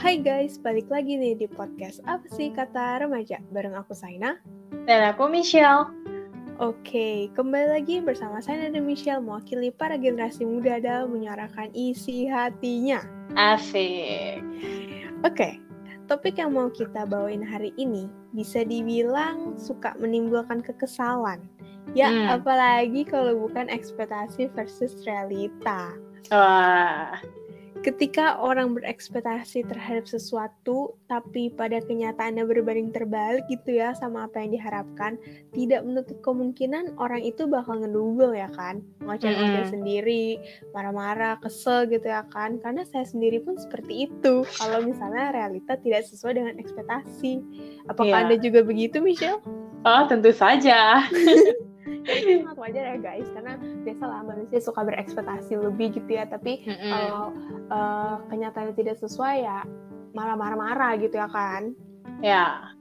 Hai guys, balik lagi nih di podcast Apa sih Kata Remaja bareng aku Saina. Dan aku Michelle. Oke, kembali lagi bersama Saina dan Michelle mewakili para generasi muda dalam menyuarakan isi hatinya. Asik. Oke, topik yang mau kita bawain hari ini bisa dibilang suka menimbulkan kekesalan. Ya, apalagi kalau bukan ekspektasi versus realita. Wah. Ketika orang berekspektasi terhadap sesuatu, tapi pada kenyataannya berbanding terbalik gitu ya sama apa yang diharapkan, tidak menutup kemungkinan orang itu bakal ngedouble ya kan, ngoceh-ngoceh sendiri, marah-marah, kesel gitu ya kan, karena saya sendiri pun seperti itu, kalau misalnya realita tidak sesuai dengan ekspektasi. Apakah Anda juga begitu, Michelle? Oh, tentu saja. Itu sangat wajar ya guys, karena biasalah manusia suka berekspektasi lebih gitu ya, tapi kalau kenyataannya tidak sesuai ya malah marah-marah gitu ya kan. Ya.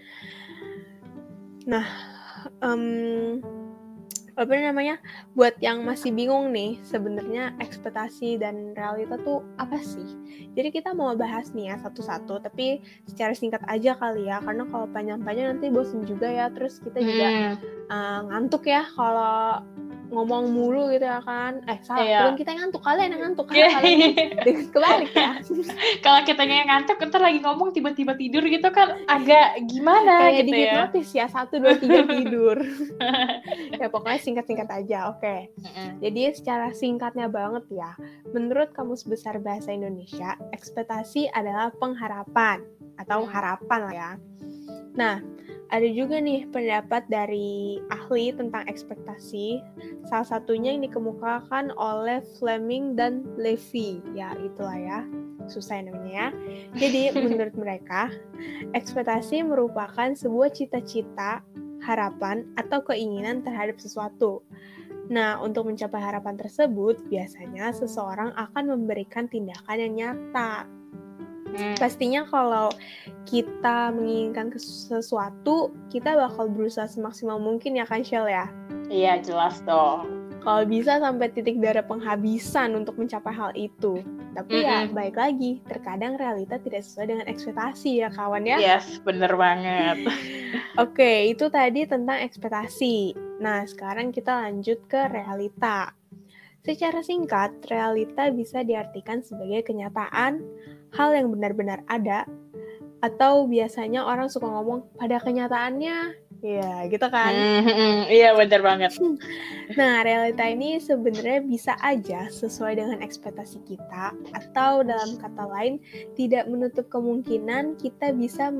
Nah, apa namanya, buat yang masih bingung nih sebenarnya ekspektasi dan realita tuh apa sih? Jadi kita mau bahas nih ya satu-satu, tapi secara singkat aja kali ya, karena kalau panjang-panjang nanti bosen juga ya, terus kita juga ngantuk ya kalau ngomong mulu gitu ya kan. Bukan kita yang ngantuk, kalian yang ngantuk, karena kalian kebalik ya. Kalau kitanya yang ngantuk, ntar lagi ngomong tiba-tiba tidur gitu kan agak gimana kayak gitu ya. Kayak dihipnotis ya, 1, 2, 3 tidur. Ya pokoknya singkat-singkat aja, oke. Jadi secara singkatnya banget ya, menurut Kamus Besar Bahasa Indonesia, ekspektasi adalah pengharapan atau harapan lah ya. Nah, ada juga nih pendapat dari ahli tentang ekspektasi. Salah satunya yang dikemukakan oleh Fleming dan Levy. Ya, itulah ya. Susah namanya ya. Jadi, menurut mereka, ekspektasi merupakan sebuah cita-cita, harapan, atau keinginan terhadap sesuatu. Nah, untuk mencapai harapan tersebut, biasanya seseorang akan memberikan tindakan yang nyata. Pastinya kalau kita menginginkan sesuatu, kita bakal berusaha semaksimal mungkin ya kan, Shell ya? Iya, jelas dong. Kalau bisa sampai titik darah penghabisan untuk mencapai hal itu. Tapi ya, baik lagi, terkadang realita tidak sesuai dengan ekspektasi ya kawan ya? Yes, bener banget. Oke, itu tadi tentang ekspektasi. Nah, sekarang kita lanjut ke realita. Secara singkat, realita bisa diartikan sebagai kenyataan, hal yang benar-benar ada, atau biasanya orang suka ngomong pada kenyataannya, ya gitu kan. Iya, benar banget. Nah, realita ini sebenarnya bisa aja sesuai dengan ekspektasi kita, atau dalam kata lain, tidak menutup kemungkinan kita bisa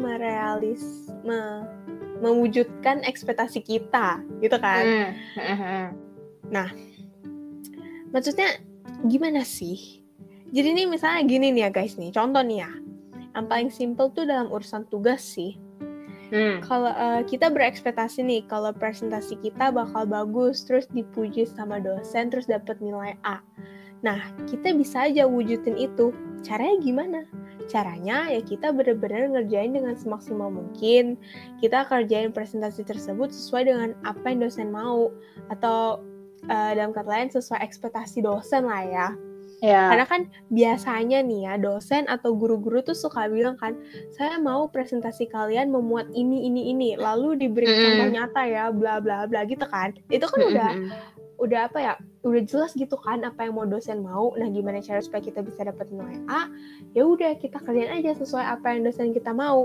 mewujudkan ekspektasi kita, gitu kan. Nah, maksudnya gimana sih? Jadi nih misalnya gini nih ya guys nih, contoh nih ya. Yang paling simple tuh dalam urusan tugas sih. Kalau kita berekspektasi nih, kalau presentasi kita bakal bagus, terus dipuji sama dosen, terus dapat nilai A. Nah, kita bisa aja wujudin itu. Caranya gimana? Caranya ya kita benar-benar ngerjain dengan semaksimal mungkin. Kita kerjain presentasi tersebut sesuai dengan apa yang dosen mau. Atau dalam kata lain sesuai ekspektasi dosen lah ya. Karena kan biasanya nih ya dosen atau guru-guru tuh suka bilang kan, saya mau presentasi kalian memuat ini, lalu diberi contoh nyata ya, bla bla bla gitu kan. Itu kan udah apa ya, udah jelas gitu kan apa yang mau dosen mau. Nah, gimana cara supaya kita bisa dapat nilai A? Ya udah kita kerjain aja sesuai apa yang dosen kita mau.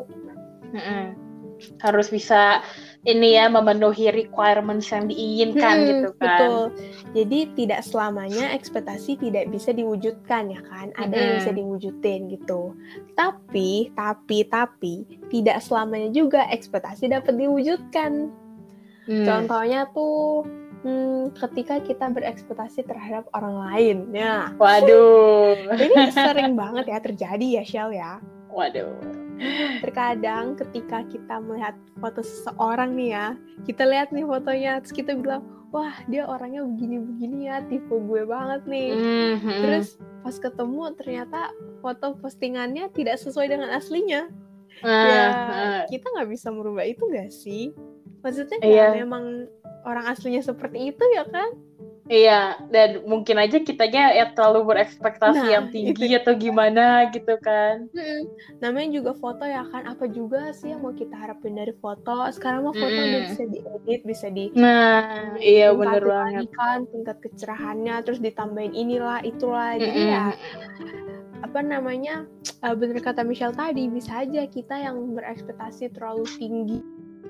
Harus bisa ini ya, memenuhi requirements yang diinginkan gitu kan. Betul. Jadi tidak selamanya ekspektasi tidak bisa diwujudkan ya kan. Ada yang bisa diwujudin gitu. Tapi tidak selamanya juga ekspektasi dapat diwujudkan. Contohnya tuh ketika kita berekspektasi terhadap orang lain ya. Waduh. Ini sering banget ya terjadi ya, Shell ya. Waduh. Terkadang ketika kita melihat foto seseorang nih ya, kita lihat nih fotonya, terus kita bilang, wah dia orangnya begini-begini ya, tipe gue banget nih. Terus pas ketemu ternyata foto postingannya tidak sesuai dengan aslinya. Kita nggak bisa merubah itu nggak sih? Maksudnya ya memang orang aslinya seperti itu ya kan? Iya, dan mungkin aja kitanya ya terlalu berekspektasi yang tinggi atau gimana gitu kan. Namanya juga foto ya kan, apa juga sih yang mau kita harapin dari foto. Sekarang mah foto udah bisa diedit, bisa iya bener banget kan tingkat kecerahannya, terus ditambahin inilah itulah. Jadi ya apa namanya, bener kata Michelle tadi, bisa aja kita yang berekspektasi terlalu tinggi,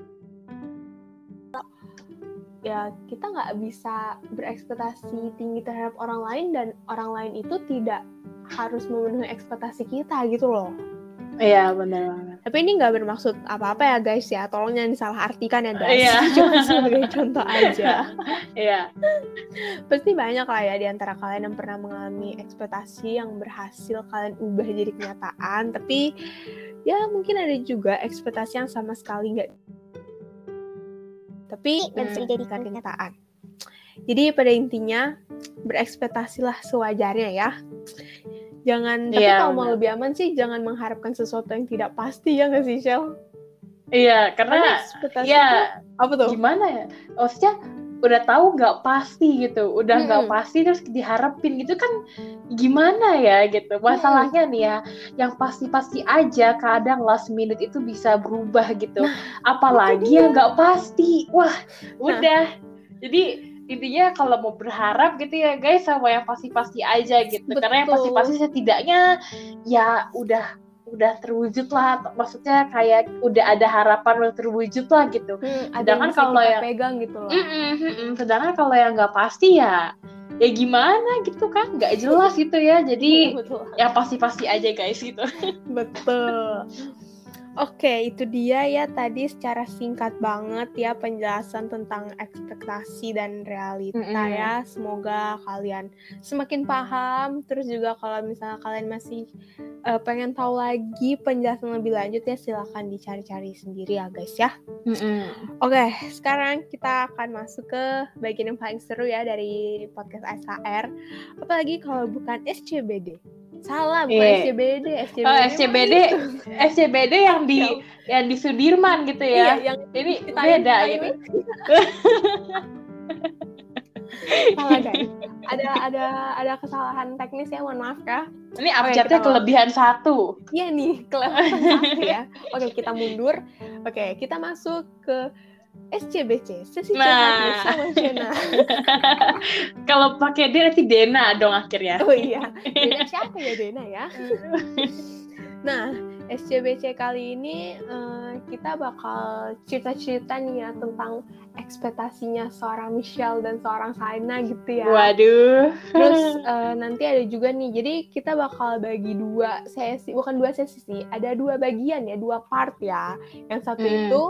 ya kita nggak bisa berekspektasi tinggi terhadap orang lain, dan orang lain itu tidak harus memenuhi ekspektasi kita gitu loh. Iya benar banget. Tapi ini nggak bermaksud apa-apa ya guys ya, tolong jangan disalahartikan ya guys. Cuma sebagai contoh aja. Iya. Pasti banyak lah ya di antara kalian yang pernah mengalami ekspektasi yang berhasil kalian ubah jadi kenyataan, tapi ya mungkin ada juga ekspektasi yang sama sekali nggak, tapi bisa dijadikan kenyataan. Jadi pada intinya berekspektasilah sewajarnya ya. Jangan, tapi kalau mau lebih aman sih jangan mengharapkan sesuatu yang tidak pasti, ya nggak sih, Shell? Iya, karena ya apa tuh? Gimana ya? Maksudnya udah tahu nggak pasti gitu, udah nggak pasti terus diharapin gitu kan gimana ya gitu. Masalahnya nih ya, yang pasti-pasti aja kadang last minute itu bisa berubah gitu. Apalagi yang nggak pasti. Wah, udah. Jadi intinya kalau mau berharap gitu ya guys sama yang pasti-pasti aja gitu. Betul. Karena yang pasti-pasti setidaknya ya udah terwujud lah, maksudnya kayak udah ada harapan udah terwujud lah gitu. Sedangkan kalau yang pegang gitu loh. Sedangkan kalau yang nggak pasti ya gimana gitu kan, nggak jelas gitu ya. Jadi ya pasti-pasti aja guys gitu. Betul. Oke, itu dia ya tadi secara singkat banget ya penjelasan tentang ekspektasi dan realita ya. Semoga kalian semakin paham. Terus juga kalau misalnya kalian masih pengen tahu lagi penjelasan lebih lanjut ya silahkan dicari-cari sendiri ya guys ya. Oke, sekarang kita akan masuk ke bagian yang paling seru ya dari podcast SKR. Apalagi kalau bukan SCBD. Salah, bukan SCBD. SCBD yang di Sudirman gitu ya. Iya, yang ini beda gitu. Salah guys. Ada kesalahan teknis ya, mohon maaf ya. Ini abjadnya kelebihan 1. Iya nih, kelebihan 1 ya. Oke, kita mundur. Oke, kita masuk ke SCBC, sesi curhat bersama Jena. Kalau pakai D nanti Dena dong akhirnya. Oh iya, Dena siapa ya Dena ya? Nah, SCBC kali ini kita bakal cerita-cerita nih ya tentang ekspektasinya seorang Michelle dan seorang Saina gitu ya. Waduh. Terus nanti ada juga nih, jadi kita bakal bagi 2 sesi, bukan 2 sesi sih, ada 2 bagian ya, 2 part ya. Yang satu itu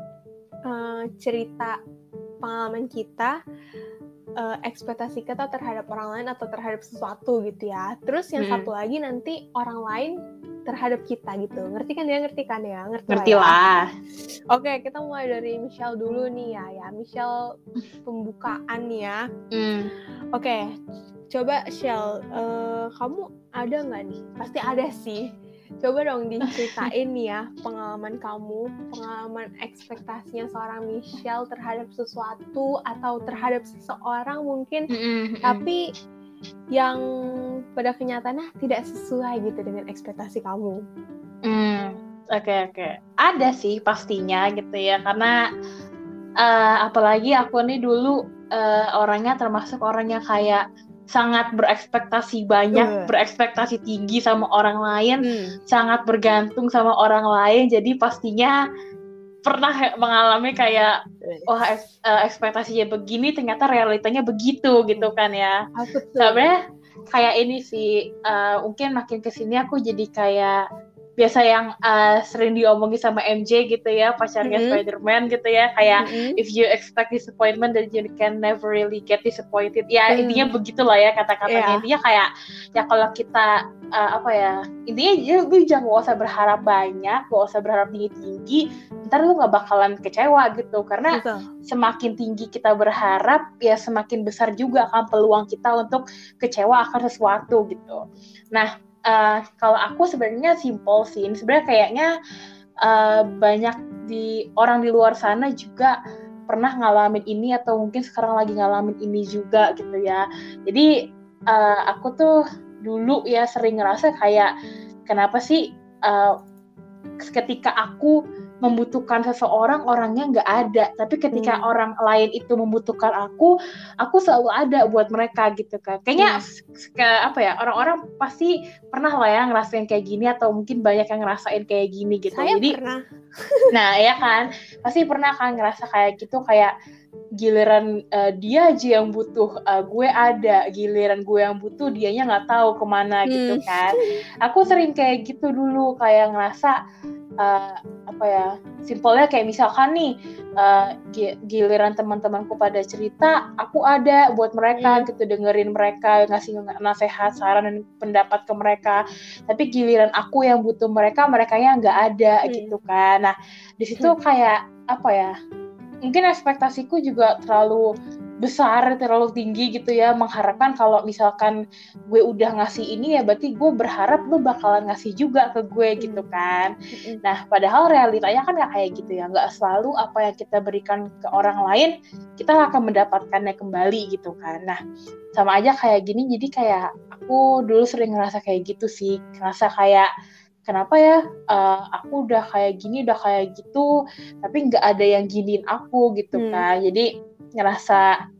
cerita pengalaman kita, ekspektasi kita terhadap orang lain atau terhadap sesuatu gitu ya. Terus yang satu lagi nanti orang lain terhadap kita gitu. Ngerti kan ya? Ngerti lah. Oke, kita mulai dari Michelle dulu nih ya. Michelle pembukaan nih ya. Oke, coba Michelle, kamu ada nggak nih? Pasti ada sih. Coba dong diceritain nih ya pengalaman ekspektasinya seorang Michelle terhadap sesuatu atau terhadap seseorang mungkin, tapi yang pada kenyataannya tidak sesuai gitu dengan ekspektasi kamu. Oke. Ada sih pastinya gitu ya, karena apalagi aku nih dulu orangnya termasuk orang yang kayak sangat berekspektasi banyak, berekspektasi tinggi sama orang lain, sangat bergantung sama orang lain. Jadi pastinya pernah mengalami kayak ekspektasinya begini, ternyata realitanya begitu gitu kan ya. Sebenarnya kayak ini sih, mungkin makin kesini aku jadi kayak biasa yang sering diomongin sama MJ gitu ya, pacarnya Spider-Man gitu ya, kayak if you expect disappointment then you can never really get disappointed. Ya intinya begitulah ya kata-katanya. Intinya kayak ya kalau kita intinya lu jangan gak usah berharap banyak, gak usah berharap tinggi-tinggi, ntar lu gak bakalan kecewa gitu, karena semakin tinggi kita berharap ya semakin besar juga akan peluang kita untuk kecewa akan sesuatu gitu. Nah, kalau aku sebenarnya simple sih, sebenarnya kayaknya banyak orang di luar sana juga pernah ngalamin ini atau mungkin sekarang lagi ngalamin ini juga gitu ya. Jadi aku tuh dulu ya sering ngerasa kayak kenapa sih ketika aku membutuhkan seseorang, orangnya nggak ada. Tapi ketika orang lain itu membutuhkan aku selalu ada buat mereka gitu kan. Kayaknya orang-orang pasti pernah lah ya ngerasain kayak gini atau mungkin banyak yang ngerasain kayak gini gitu. Saya Jadi pernah. Nah ya kan, pasti pernah kan ngerasa kayak gitu, kayak giliran dia aja yang butuh, gue ada, giliran gue yang butuh dianya nggak tahu kemana gitu kan. Aku sering kayak gitu dulu, kayak ngerasa simpelnya kayak misalkan nih giliran teman-temanku pada cerita, aku ada buat mereka gitu, dengerin mereka, ngasih nasihat, saran dan pendapat ke mereka. Tapi giliran aku yang butuh merekanya nggak ada gitu kan. Nah di situ kayak mungkin ekspektasiku juga terlalu besar, terlalu tinggi gitu ya, mengharapkan kalau misalkan gue udah ngasih ini ya berarti gue berharap lo bakalan ngasih juga ke gue gitu kan. Nah padahal realitanya kan gak kayak gitu ya, gak selalu apa yang kita berikan ke orang lain kita akan mendapatkannya kembali gitu kan. Nah sama aja kayak gini, jadi kayak aku dulu sering ngerasa kayak gitu sih, ngerasa kayak kenapa ya aku udah kayak gini, udah kayak gitu, tapi nggak ada yang giniin aku gitu kan. Jadi ngerasa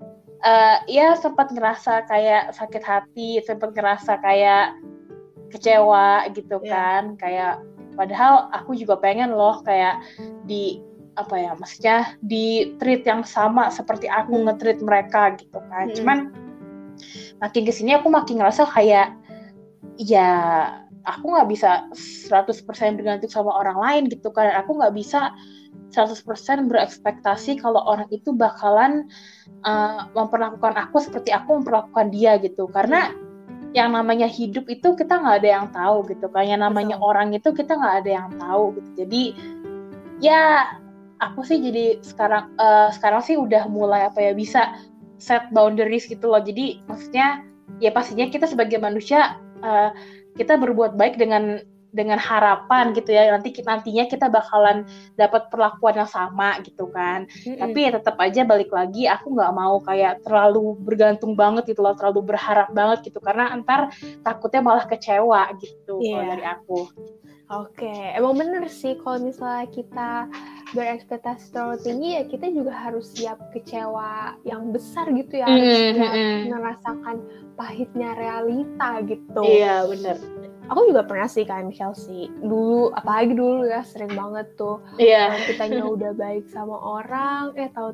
sempat ngerasa kayak sakit hati, sempat ngerasa kayak kecewa gitu kan. Kayak padahal aku juga pengen loh kayak maksudnya di treat yang sama seperti aku nge-treat mereka gitu kan. Cuman makin kesini aku makin ngerasa kayak ya aku nggak bisa 100% bergantung sama orang lain gitu kan. Aku nggak bisa 100% berekspektasi kalau orang itu bakalan memperlakukan aku seperti aku memperlakukan dia gitu. Karena yang namanya hidup itu kita nggak ada yang tahu gitu kan. Yang namanya orang itu kita nggak ada yang tahu gitu. Jadi ya aku sih jadi sekarang sih udah mulai bisa set boundaries gitu loh. Jadi maksudnya ya pastinya kita sebagai manusia kita berbuat baik dengan harapan gitu ya, nantinya kita bakalan dapat perlakuan yang sama gitu kan. Tapi ya tetap aja balik lagi, aku nggak mau kayak terlalu bergantung banget gitu loh, terlalu berharap banget gitu, karena ntar takutnya malah kecewa gitu kalau dari aku. Oke, emang bener sih kalau misalnya kita berekspektasi terlalu tinggi ya kita juga harus siap kecewa yang besar gitu ya, harus siap merasakan pahitnya realita gitu. Iya bener. Aku juga pernah sih kayak Michelle sih, dulu apalagi dulu ya sering banget tuh kitanya udah baik sama orang,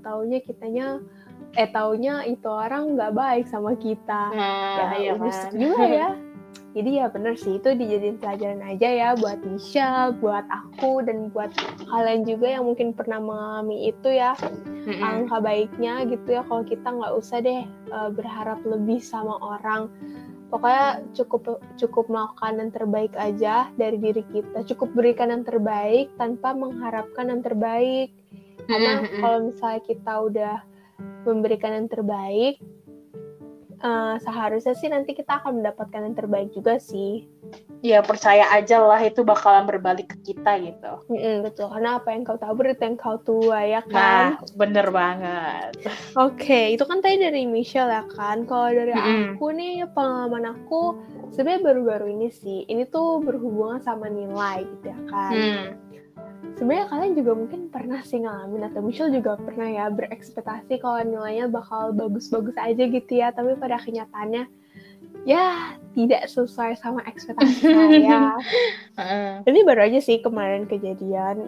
taunya itu orang nggak baik sama kita. Ya nyesek juga ya. Jadi ya bener sih, itu dijadiin pelajaran aja ya buat Michelle, buat aku, dan buat kalian juga yang mungkin pernah mengalami itu ya. Alangkah baiknya gitu ya kalau kita nggak usah deh berharap lebih sama orang. Pokoknya cukup melakukan yang terbaik aja dari diri kita. Cukup berikan yang terbaik tanpa mengharapkan yang terbaik. Karena kalau misalnya kita udah memberikan yang terbaik, seharusnya sih nanti kita akan mendapatkan yang terbaik juga sih. Ya percaya aja lah itu bakalan berbalik ke kita gitu. Betul, karena apa yang kau tabur itu yang kau tuai ya kan. Nah bener banget. Oke, itu kan tadi dari Michelle ya kan. Kalau dari aku nih, pengalaman aku sebenarnya baru-baru ini sih. Ini tuh berhubungan sama nilai gitu ya kan. Sebenarnya kalian juga mungkin pernah sih ngalamin, atau Michelle juga pernah ya berekspektasi kalau nilainya bakal bagus-bagus aja gitu ya, tapi pada kenyataannya ya tidak sesuai sama ekspektasi saya. Ini baru aja sih kemarin kejadian,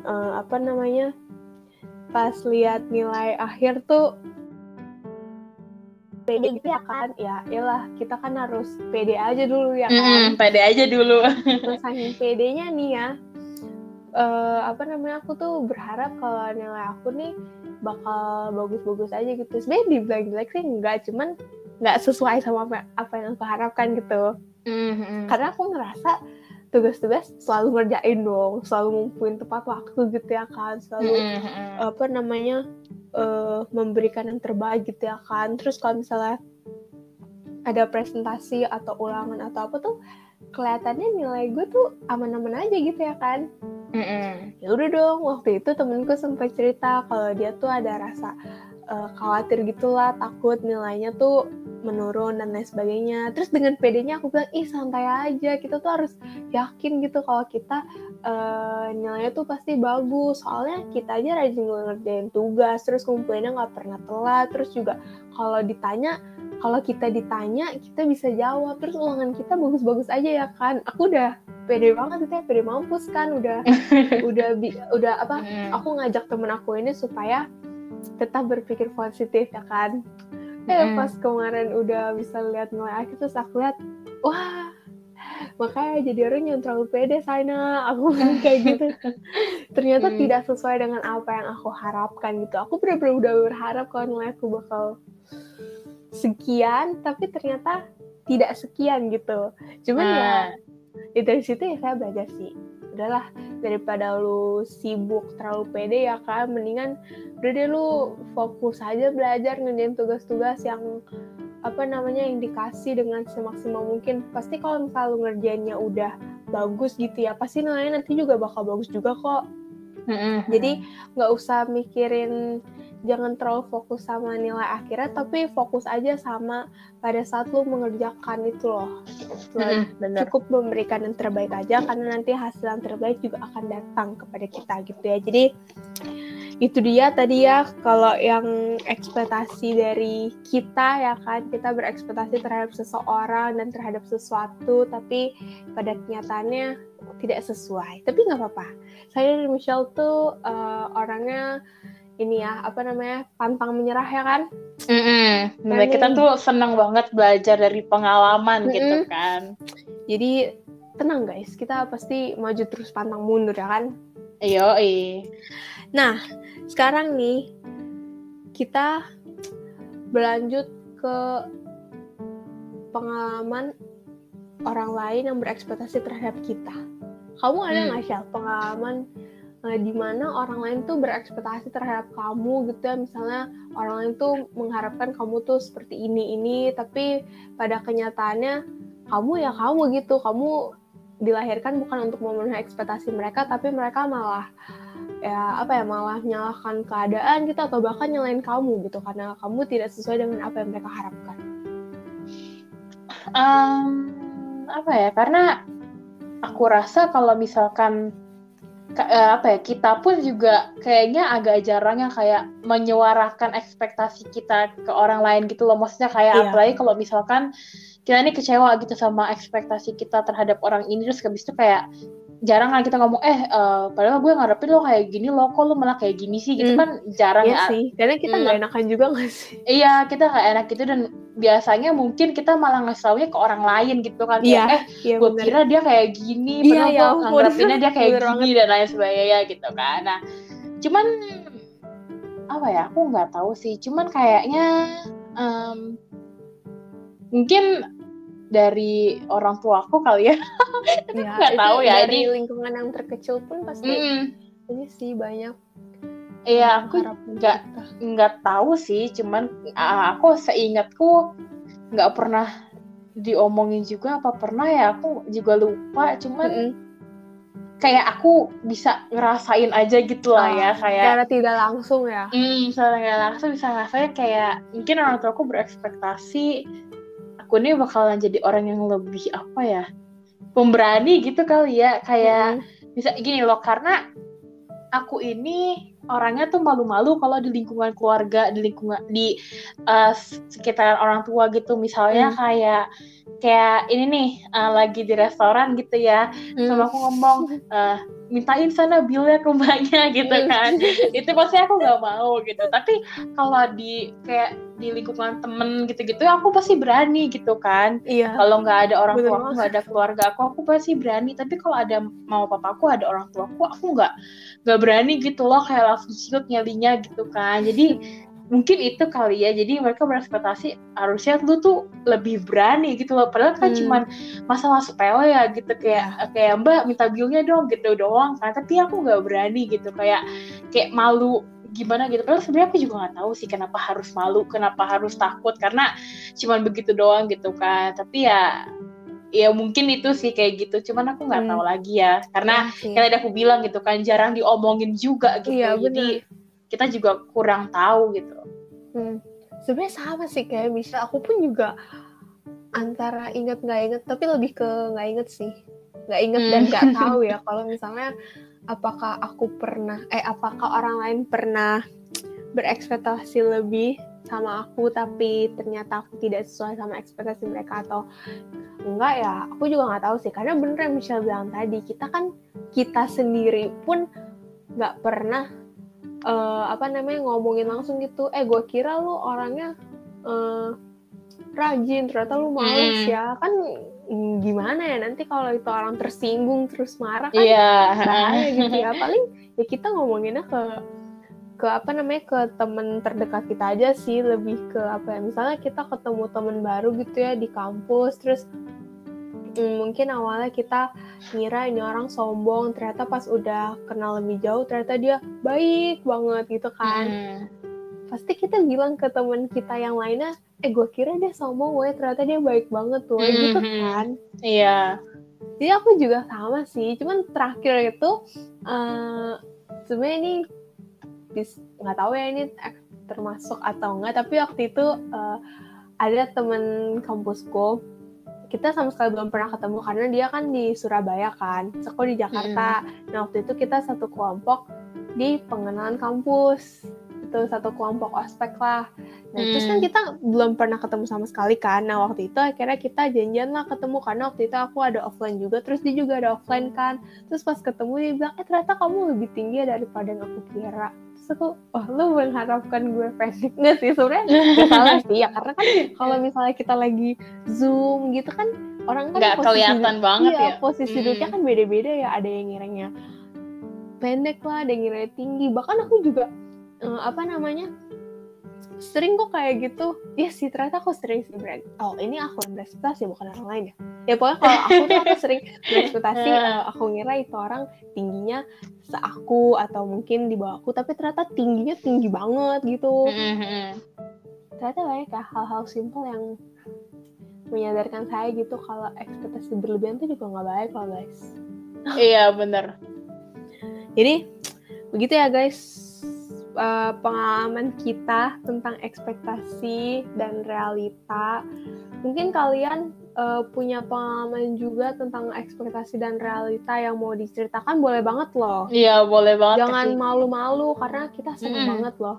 pas lihat nilai akhir tuh pede gitu ya kan, ya iyalah kita kan harus pede aja dulu ya kan. Pede aja dulu. Nah, saking pedenya nih ya, aku tuh berharap kalau nilai aku nih bakal bagus-bagus aja gitu. Sebenarnya dibilang jelek sih enggak, cuman nggak sesuai sama apa yang aku harapkan gitu. Karena aku ngerasa tugas-tugas selalu ngerjain dong, selalu ngumpuin tepat waktu gitu ya kan, selalu memberikan yang terbaik gitu ya kan. Terus kalau misalnya ada presentasi atau ulangan atau apa tuh kelihatannya nilai gue tuh aman-aman aja gitu ya kan. Ya udah dong, waktu itu temenku sempat cerita kalau dia tuh ada rasa khawatir gitulah, takut nilainya tuh menurun dan lain sebagainya. Terus dengan pedenya aku bilang, santai aja, kita tuh harus yakin gitu kalau kita nilainya tuh pasti bagus. Soalnya kita aja rajin ngerjain tugas, terus kumpulinnya nggak pernah telat. Terus juga kalau kita ditanya, kita bisa jawab. Terus ulangan kita bagus-bagus aja ya kan. Aku udah pede banget gitu ya, pede mampus kan. Udah apa? Aku ngajak temen aku ini supaya tetap berpikir positif ya kan. Pas kemarin udah bisa lihat nilai akhir, terus aku lihat, wah, makanya jadi orang yang terlalu pede Saina, aku kayak gitu. Ternyata tidak sesuai dengan apa yang aku harapkan gitu. Aku benar-benar udah berharap kalau nilai aku bakal sekian, tapi ternyata tidak sekian gitu. Cuman ya dari situ ya saya belajar sih, udahlah, daripada lu sibuk terlalu pede ya kan, mendingan udah deh lu fokus aja belajar, ngerjain tugas-tugas yang yang dikasih dengan semaksimal mungkin. Pasti kalau misalnya lu ngerjainnya udah bagus gitu ya, pasti nilainya nanti juga bakal bagus juga kok. Jadi nggak usah mikirin, jangan terlalu fokus sama nilai akhirnya, tapi fokus aja sama pada saat lu mengerjakan itu loh. Cukup memberikan yang terbaik aja, karena nanti hasil yang terbaik juga akan datang kepada kita gitu ya. Jadi itu dia tadi ya, kalau yang ekspektasi dari kita ya kan, kita berekspektasi terhadap seseorang dan terhadap sesuatu, tapi pada kenyataannya tidak sesuai. Tapi nggak apa-apa. Saya dan Michelle tuh orangnya ini ya, pantang menyerah ya kan? Nah, kita tuh senang banget belajar dari pengalaman gitu kan. Jadi tenang guys, kita pasti maju terus pantang mundur ya kan? Yoi. Nah, sekarang nih kita berlanjut ke pengalaman orang lain yang berekspektasi terhadap kita. Kamu ada nggak sih pengalaman di mana orang lain tuh berekspektasi terhadap kamu gitu ya, misalnya orang lain tuh mengharapkan kamu tuh seperti ini, tapi pada kenyataannya kamu gitu, kamu dilahirkan bukan untuk memenuhi ekspektasi mereka, tapi mereka malah malah menyalahkan keadaan gitu, atau bahkan nyalain kamu gitu karena kamu tidak sesuai dengan apa yang mereka harapkan. Karena aku rasa kalau misalkan kita pun juga kayaknya agak jarang yang kayak menyuarakan ekspektasi kita ke orang lain gitu loh. Maksudnya kayak apalagi kalau misalkan kita nih kecewa gitu sama ekspektasi kita terhadap orang ini, terus habis itu kayak jarang kan kita ngomong padahal gue ngarepin lo kayak gini lo, kok lo malah kayak gini sih gitu kan jarang ya sih, karena kita nggak enakan juga nggak sih? Iya, kita nggak enak gitu, dan biasanya mungkin kita malah ngasih taunya ke orang lain gitu kan, gue kira dia kayak gini padahal gue ngarepinnya dia kayak gini dan lain sebagainya gitu kan. Nah cuman aku nggak tahu sih, cuman kayaknya mungkin dari orang tua aku kali ya. Nggak tahu ya, dari lingkungan yang terkecil pun pasti ini sih banyak. Iya, aku nggak tahu sih, cuman aku seingatku nggak pernah diomongin juga, apa pernah ya, aku juga lupa, cuman kayak aku bisa ngerasain aja gitu lah ya, kayak secara tidak langsung ya. Secara nggak langsung bisa ngerasain kayak mungkin orang tua aku berekspektasi aku ini bakalan jadi orang yang lebih pemberani gitu kali ya, kayak bisa gini loh, karena aku ini orangnya tuh malu-malu kalau di lingkungan keluarga, di sekitaran orang tua gitu. Misalnya kayak ini nih lagi di restoran gitu ya, sama aku ngomong mintain sana bilnya ke mbaknya gitu kan. Itu pasti aku nggak mau gitu. Tapi kalau di lingkungan temen gitu-gitu aku pasti berani gitu kan. Kalau nggak ada orang tua aku, nggak ada keluarga aku pasti berani. Tapi kalau ada mama papaku, ada orang tua aku nggak berani gitu loh, kayak langsung siut nyalinya gitu kan. Jadi mungkin itu kali ya, jadi mereka berekspektasi harusnya lu tuh lebih berani gitu loh, padahal kan cuman masalah sepele ya gitu, kayak mbak minta bilnya dong gitu doang kan, tapi aku nggak berani gitu, kayak malu gimana gitu. Padahal sebenarnya aku juga nggak tahu sih kenapa harus malu, kenapa harus takut, karena cuman begitu doang gitu kan. Tapi ya mungkin itu sih kayak gitu. Cuman aku nggak tahu lagi ya, karena kayak tadi aku bilang gitu kan, jarang diomongin juga gitu. Iya, jadi kita juga kurang tahu gitu. Sebenarnya sama sih kayak misal aku pun juga antara inget nggak inget, tapi lebih ke nggak inget sih, nggak inget dan nggak tahu ya kalau misalnya apakah orang lain pernah berekspektasi lebih sama aku tapi ternyata aku tidak sesuai sama ekspektasi mereka atau enggak ya, aku juga nggak tahu sih. Karena bener yang Michelle bilang tadi, kita sendiri pun nggak pernah ngomongin langsung gitu, gue kira lu orangnya rajin, ternyata lu males ya kan. Gimana ya nanti kalau itu orang tersinggung terus marah kan bahaya gitu ya. Paling ya kita ngomonginnya ke teman terdekat kita aja sih, lebih ke misalnya kita ketemu teman baru gitu ya di kampus, terus mungkin awalnya kita ngira ini orang sombong, ternyata pas udah kenal lebih jauh ternyata dia baik banget gitu kan. Pasti kita bilang ke teman kita yang lainnya, gue kira dia sombong, ternyata dia baik banget tuh, gitu kan. Iya. Jadi aku juga sama sih, cuman terakhir itu sebenarnya ini nggak tahu ya ini termasuk atau enggak, tapi waktu itu ada teman kampusku, kita sama sekali belum pernah ketemu karena dia kan di Surabaya kan, aku di Jakarta. Nah waktu itu kita satu kelompok di pengenalan kampus, itu satu kelompok ospek lah. Nah terus kan kita belum pernah ketemu sama sekali kan. Nah waktu itu akhirnya kita janjian lah ketemu, karena waktu itu aku ada offline juga, terus dia juga ada offline kan. Terus pas ketemu dia bilang, ternyata kamu lebih tinggi daripada yang aku kira. Terus aku, lu mengharapkan gue pendek. Nggak sih, sebenarnya nggak salah sih ya, karena kan kalau misalnya kita lagi Zoom gitu kan, orang kan nggak kelihatan banget ya. Posisi duduknya kan beda-beda ya, ada yang ngiranya pendek lah, ada yang ngiranya tinggi. Bahkan aku juga sering kok kayak gitu. Ya sih, ternyata aku sering sih ini aku berekspektasi bukan orang lain ya. Ya pokoknya kalau aku sering berekspektasi, aku ngira itu orang tingginya seaku atau mungkin di bawah aku, tapi ternyata tingginya tinggi banget gitu. Ternyata banyak ya hal-hal simpel yang menyadarkan saya gitu kalau ekspektasi berlebihan itu juga nggak baik loh guys. Iya benar. Jadi begitu ya guys, pengalaman kita tentang ekspektasi dan realita. Mungkin kalian punya pengalaman juga tentang ekspektasi dan realita yang mau diceritakan, boleh banget loh. Iya boleh banget. Jangan malu-malu, karena kita seneng banget loh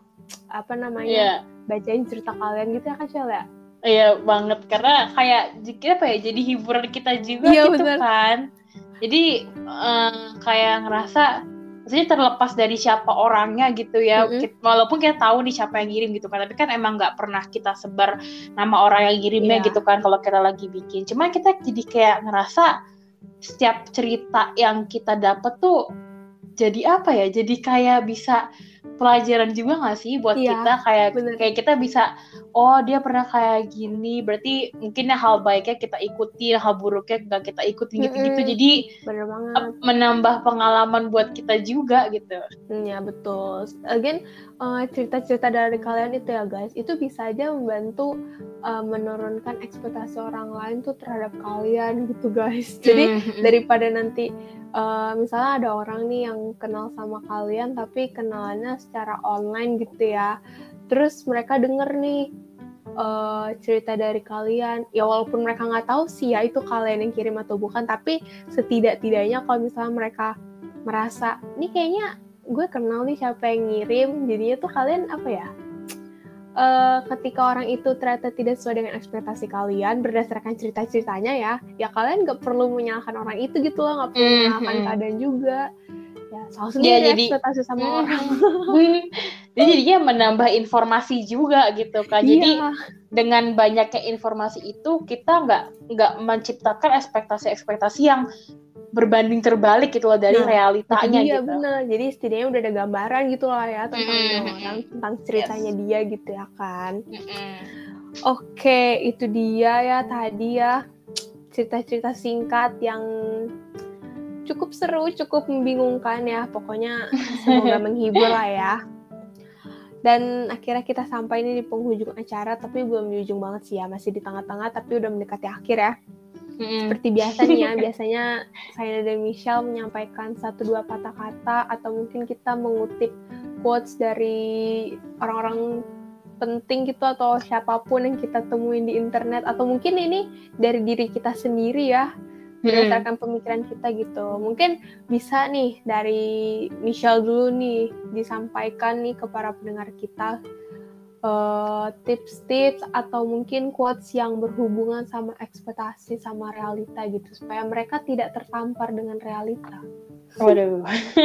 bacain cerita kalian gitu ya kan Shell ya. Iya banget, karena kayak jadi hiburan kita juga gitu bener. Kan. Jadi kayak ngerasa maksudnya terlepas dari siapa orangnya gitu ya, walaupun kita tahu nih siapa yang ngirim gitu kan, tapi kan emang nggak pernah kita sebar nama orang yang ngirimnya gitu kan kalau kita lagi bikin. Cuma kita jadi kayak ngerasa setiap cerita yang kita dapat tuh jadi apa ya, jadi kayak bisa pelajaran juga nggak sih buat kita, kayak kita bisa, dia pernah kayak gini, berarti mungkin hal baiknya kita ikuti, hal buruknya nggak kita ikutin gitu-gitu. Jadi menambah pengalaman buat kita juga gitu. Ya betul. Again, cerita-cerita dari kalian itu ya guys, itu bisa aja membantu menurunkan ekspektasi orang lain tuh terhadap kalian gitu guys. Jadi daripada nanti misalnya ada orang nih yang kenal sama kalian tapi kenalannya secara online gitu ya, terus mereka denger nih cerita dari kalian, ya walaupun mereka nggak tahu sih ya itu kalian yang kirim atau bukan, tapi setidak-tidaknya kalau misalnya mereka merasa nih kayaknya gue kenal nih siapa yang ngirim, jadinya tuh kalian ketika orang itu ternyata tidak sesuai dengan ekspektasi kalian berdasarkan cerita-ceritanya ya kalian nggak perlu menyalahkan orang itu gitu loh, nggak perlu menyalahkan keadaan juga ya, salah sendiri ekspektasi sama orang. Jadi jadinya menambah informasi juga gitu kan. Jadi dengan banyaknya informasi itu kita nggak menciptakan ekspektasi yang berbanding terbalik gitu loh dari realitanya gitu. Iya benar. Jadi setidaknya udah ada gambaran gitu lah ya tentang orang, tentang ceritanya dia gitu ya kan. Oke, itu dia ya tadi ya cerita-cerita singkat yang cukup seru, cukup membingungkan ya. Pokoknya semoga menghibur lah ya. Dan akhirnya kita sampai ini di penghujung acara, tapi belum di ujung banget sih ya, masih di tengah-tengah, tapi udah mendekati akhir ya. Seperti biasanya, biasanya saya dan Michelle menyampaikan 1-2 kata-kata, atau mungkin kita mengutip quotes dari orang-orang penting gitu, atau siapapun yang kita temuin di internet, atau mungkin ini dari diri kita sendiri ya, berdasarkan pemikiran kita gitu. Mungkin bisa nih dari Michelle dulu nih disampaikan nih ke para pendengar kita tips-tips atau mungkin quotes yang berhubungan sama ekspektasi sama realita gitu, supaya mereka tidak tertampar dengan realita. Waduh,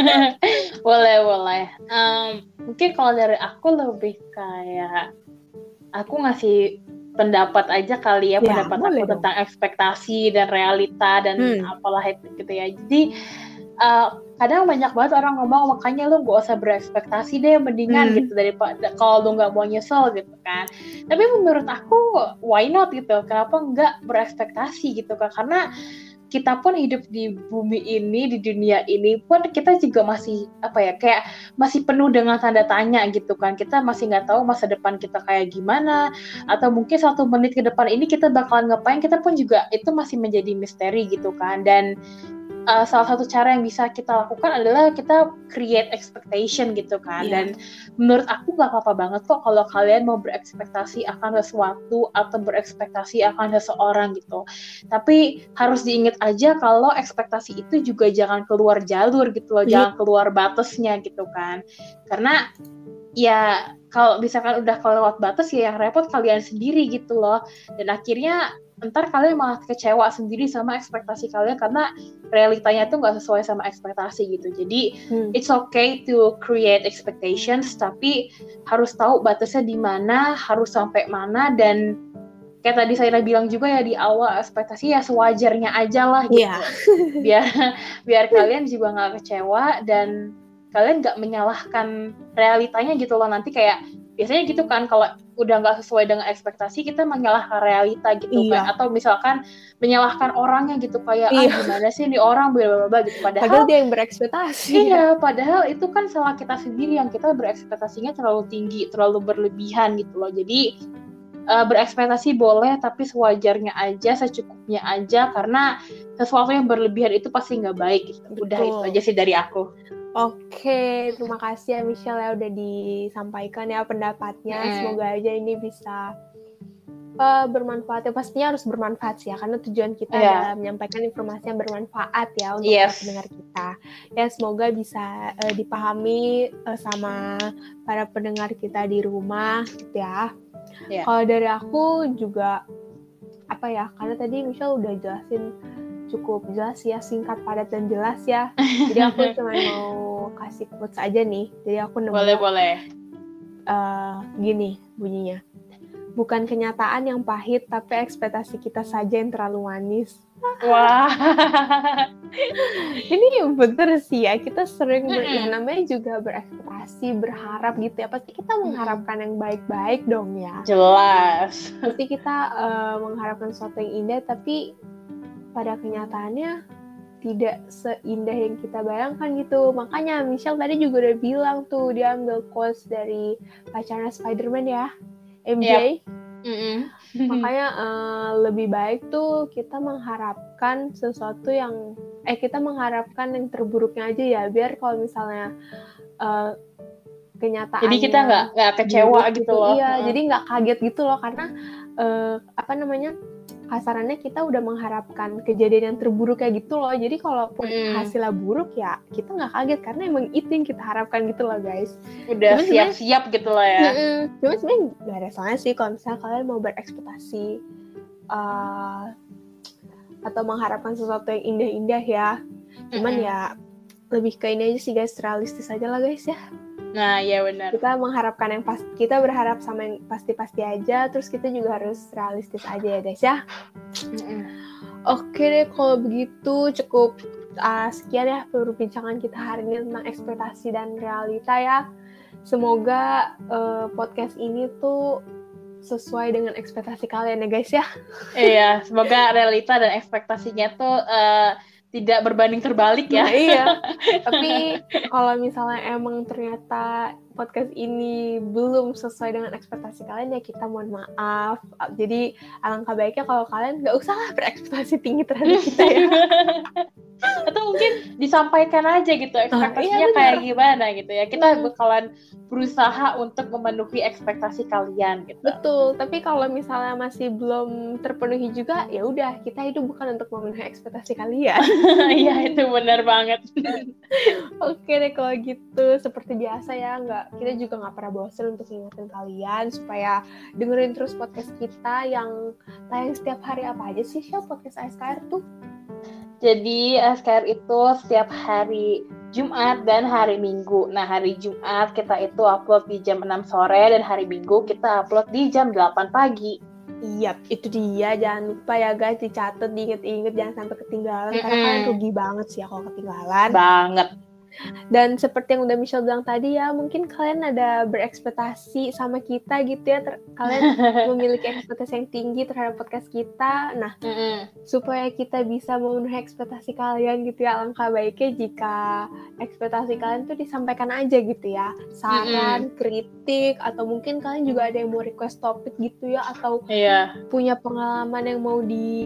boleh. Mungkin kalau dari aku lebih kayak aku ngasih pendapat aja kali ya, pendapat aku dong. tentang ekspektasi dan realita dan apalah itu gitu ya. Jadi kadang banyak banget orang ngomong, makanya lu gak usah berekspektasi deh, mendingan gitu, daripada kalau lu gak mau nyesel gitu kan. Tapi menurut aku why not gitu, kenapa nggak berekspektasi gitu kan, karena kita pun hidup di bumi ini, di dunia ini pun kita juga masih kayak masih penuh dengan tanda tanya gitu kan. Kita masih nggak tahu masa depan kita kayak gimana, atau mungkin 1 menit ke depan ini kita bakalan ngapain, kita pun juga itu masih menjadi misteri gitu kan. Dan salah satu cara yang bisa kita lakukan adalah kita create expectation gitu kan. Dan menurut aku gak apa-apa banget kok kalau kalian mau berekspektasi akan sesuatu atau berekspektasi akan seseorang gitu. Tapi harus diingat aja kalau ekspektasi itu juga jangan keluar jalur gitu loh, jangan keluar batasnya gitu kan. Karena ya kalau misalkan udah kelewat batas ya yang repot kalian sendiri gitu loh. Dan akhirnya ntar kalian malah kecewa sendiri sama ekspektasi kalian karena realitanya tuh nggak sesuai sama ekspektasi gitu. Jadi it's okay to create expectations, tapi harus tahu batasnya di mana, harus sampai mana. Dan kayak tadi saya bilang juga ya di awal, ekspektasi ya sewajarnya aja lah gitu. biar kalian juga nggak kecewa dan kalian nggak menyalahkan realitanya gitu loh. Nanti kayak biasanya gitu kan, kalau udah nggak sesuai dengan ekspektasi kita menyalahkan realita gitu kan, atau misalkan menyalahkan orangnya gitu, kayak gimana sih nih orang bla gitu, padahal dia yang berekspektasi. Padahal itu kan salah kita sendiri yang kita berekspektasinya terlalu tinggi, terlalu berlebihan gitu loh. Jadi berekspektasi boleh, tapi sewajarnya aja, secukupnya aja, karena sesuatu yang berlebihan itu pasti nggak baik gitu. Udah itu aja sih dari aku. Oke, terima kasih ya Michelle ya udah disampaikan ya pendapatnya. Semoga aja ini bisa bermanfaat ya, pastinya harus bermanfaat sih ya, karena tujuan kita adalah menyampaikan informasi yang bermanfaat ya untuk para pendengar kita. Ya semoga bisa dipahami sama para pendengar kita di rumah gitu ya. Kalau dari aku juga karena tadi Michelle udah jelasin cukup jelas ya, singkat, padat, dan jelas ya. Jadi aku cuma mau kasih quotes aja nih. Jadi aku nemu boleh. Gini bunyinya. Bukan kenyataan yang pahit, tapi ekspektasi kita saja yang terlalu manis. Wah. Ini bener sih ya, kita sering namanya juga berekspektasi, berharap gitu ya. Pasti kita mengharapkan yang baik-baik dong ya. Jelas. Pasti kita mengharapkan sesuatu yang indah, tapi pada kenyataannya tidak seindah yang kita bayangkan gitu. Makanya Michelle tadi juga udah bilang tuh, dia ambil quotes dari pacarnya Spider-Man ya, MJ. Makanya lebih baik tuh kita mengharapkan sesuatu yang kita mengharapkan yang terburuknya aja ya, biar kalau misalnya kenyataannya jadi kita nggak kecewa gitu loh. Jadi nggak kaget gitu loh, karena kasarannya kita udah mengharapkan kejadian yang terburuk kayak gitu loh. Jadi kalaupun hasilnya buruk ya kita nggak kaget, karena emang itu yang kita harapkan gitu loh guys. Udah siap-siap gitu loh ya. Cuma sebenarnya nggak ada salahnya sih kalau misalnya kalian mau berekspektasi atau mengharapkan sesuatu yang indah-indah ya. Cuman ya lebih ke ini aja sih guys, realistis aja lah guys ya. Nah, ya benar. Kita mengharapkan yang pasti, kita berharap sama yang pasti-pasti aja, terus kita juga harus realistis aja ya guys ya. Oke deh, kalau begitu cukup sekian ya perbincangan kita hari ini tentang ekspektasi dan realita ya. Semoga podcast ini tuh sesuai dengan ekspektasi kalian ya guys ya. Iya, semoga realita dan ekspektasinya tuh tidak berbanding terbalik ya. Nah, iya. Tapi kalau misalnya emang ternyata podcast ini belum sesuai dengan ekspektasi kalian, ya kita mohon maaf. Jadi alangkah baiknya kalau kalian nggak usah lah berekspektasi tinggi terhadap kita ya. Atau mungkin disampaikan aja gitu ekspektasinya kayak gimana gitu ya. Kita bakalan berusaha untuk memenuhi ekspektasi kalian gitu. Betul, tapi kalau misalnya masih belum terpenuhi juga, ya udah, kita hidup bukan untuk memenuhi ekspektasi kalian. Iya, itu benar banget. Oke deh kalau gitu, seperti biasa ya, kita juga nggak pernah bosan untuk mengingatkan kalian supaya dengerin terus podcast kita yang tayang setiap hari. Apa aja sih podcast ASKR tuh? Jadi ASKR itu setiap hari Jumat dan hari Minggu. Nah, hari Jumat kita itu upload di jam 6 sore dan hari Minggu kita upload di jam 8 pagi. Iya, itu dia. Jangan lupa ya guys, dicatat, diinget-inget, jangan sampai ketinggalan. Karena kalian rugi banget sih ya kalau ketinggalan. Banget. Dan seperti yang udah Michelle bilang tadi ya, mungkin kalian ada berekspektasi sama kita gitu ya, kalian memiliki ekspektasi yang tinggi terhadap podcast kita. Nah, supaya kita bisa memenuhi ekspektasi kalian gitu ya, alangkah baiknya jika ekspektasi kalian tuh disampaikan aja gitu ya, saran, kritik, atau mungkin kalian juga ada yang mau request topik gitu ya, atau punya pengalaman yang mau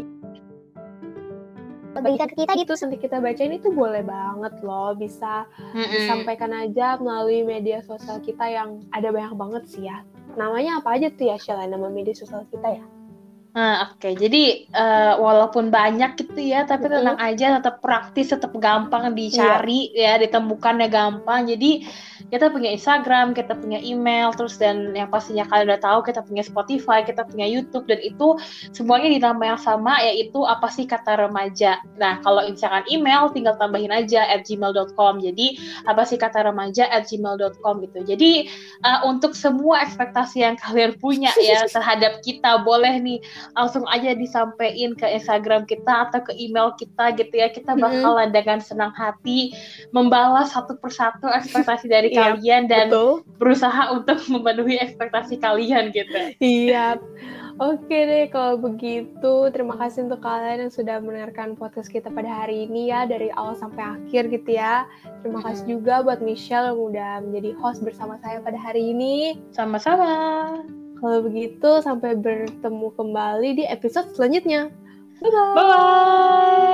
bagikan ke kita gitu, nanti kita bacain, itu boleh banget loh, bisa disampaikan aja melalui media sosial kita yang ada banyak banget sih ya. Namanya apa aja tuh ya, Sheila, nama media sosial kita ya? Oke. Jadi walaupun banyak gitu ya, tapi tenang aja, tetap praktis, tetap gampang dicari ya, ditemukannya gampang. Jadi kita punya Instagram, kita punya email, terus dan yang pastinya kalian udah tahu kita punya Spotify, kita punya YouTube, dan itu semuanya di nama yang sama, yaitu Apa Sih Kata Remaja. Nah, kalau misalkan email tinggal tambahin aja @gmail.com. Jadi Apa Sih Kata Remaja @gmail.com gitu. Jadi untuk semua ekspektasi yang kalian punya ya terhadap kita, boleh nih langsung aja disampaikan ke Instagram kita atau ke email kita gitu ya. Kita bakalan dengan senang hati membalas satu persatu ekspektasi dari kalian dan berusaha untuk memenuhi ekspektasi kalian gitu. Iya. Oke deh kalau begitu, terima kasih untuk kalian yang sudah mendengarkan podcast kita pada hari ini ya, dari awal sampai akhir gitu ya. Terima kasih juga buat Michelle yang udah menjadi host bersama saya pada hari ini. Sama-sama. Kalau begitu, sampai bertemu kembali di episode selanjutnya. Bye-bye! Bye-bye!